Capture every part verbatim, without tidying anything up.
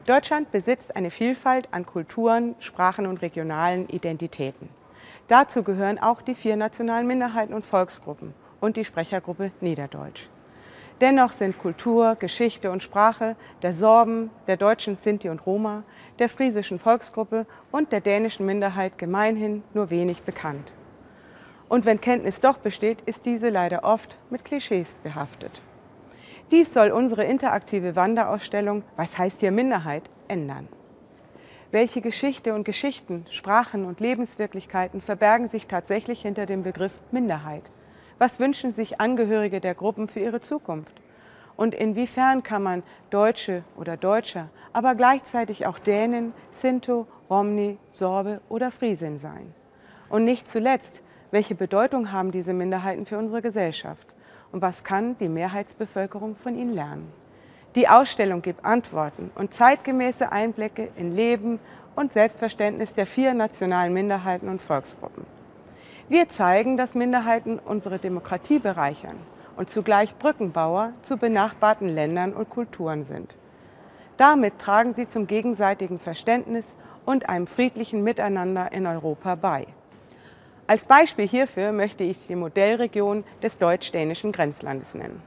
Deutschland besitzt eine Vielfalt an Kulturen, Sprachen und regionalen Identitäten. Dazu gehören auch die vier nationalen Minderheiten und Volksgruppen und die Sprechergruppe Niederdeutsch. Dennoch sind Kultur, Geschichte und Sprache der Sorben, der deutschen Sinti und Roma, der friesischen Volksgruppe und der dänischen Minderheit gemeinhin nur wenig bekannt. Und wenn Kenntnis doch besteht, ist diese leider oft mit Klischees behaftet. Dies soll unsere interaktive Wanderausstellung „Was heißt hier Minderheit?" ändern. Welche Geschichte und Geschichten, Sprachen und Lebenswirklichkeiten verbergen sich tatsächlich hinter dem Begriff Minderheit? Was wünschen sich Angehörige der Gruppen für ihre Zukunft? Und inwiefern kann man Deutsche oder Deutscher, aber gleichzeitig auch Dänen, Sinto, Romni, Sorbe oder Friesin sein? Und nicht zuletzt, welche Bedeutung haben diese Minderheiten für unsere Gesellschaft? Und was kann die Mehrheitsbevölkerung von ihnen lernen? Die Ausstellung gibt Antworten und zeitgemäße Einblicke in Leben und Selbstverständnis der vier nationalen Minderheiten und Volksgruppen. Wir zeigen, dass Minderheiten unsere Demokratie bereichern und zugleich Brückenbauer zu benachbarten Ländern und Kulturen sind. Damit tragen sie zum gegenseitigen Verständnis und einem friedlichen Miteinander in Europa bei. Als Beispiel hierfür möchte ich die Modellregion des deutsch-dänischen Grenzlandes nennen.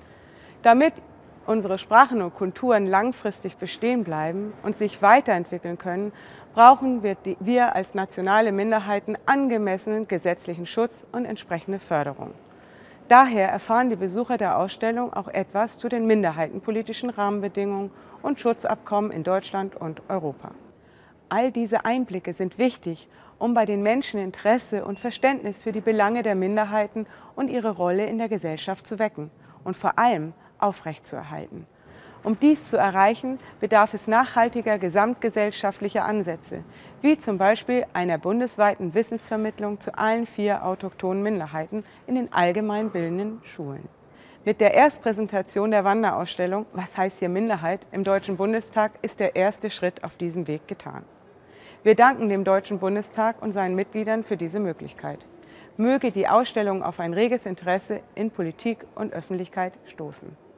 Damit unsere Sprachen und Kulturen langfristig bestehen bleiben und sich weiterentwickeln können, brauchen wir, die, wir als nationale Minderheiten angemessenen gesetzlichen Schutz und entsprechende Förderung. Daher erfahren die Besucher der Ausstellung auch etwas zu den minderheitenpolitischen Rahmenbedingungen und Schutzabkommen in Deutschland und Europa. All diese Einblicke sind wichtig, um bei den Menschen Interesse und Verständnis für die Belange der Minderheiten und ihre Rolle in der Gesellschaft zu wecken und vor allem aufrechtzuerhalten. Um dies zu erreichen, bedarf es nachhaltiger gesamtgesellschaftlicher Ansätze, wie zum Beispiel einer bundesweiten Wissensvermittlung zu allen vier autochthonen Minderheiten in den allgemeinbildenden Schulen. Mit der Erstpräsentation der Wanderausstellung „Was heißt hier Minderheit?" im Deutschen Bundestag ist der erste Schritt auf diesem Weg getan. Wir danken dem Deutschen Bundestag und seinen Mitgliedern für diese Möglichkeit. Möge die Ausstellung auf ein reges Interesse in Politik und Öffentlichkeit stoßen.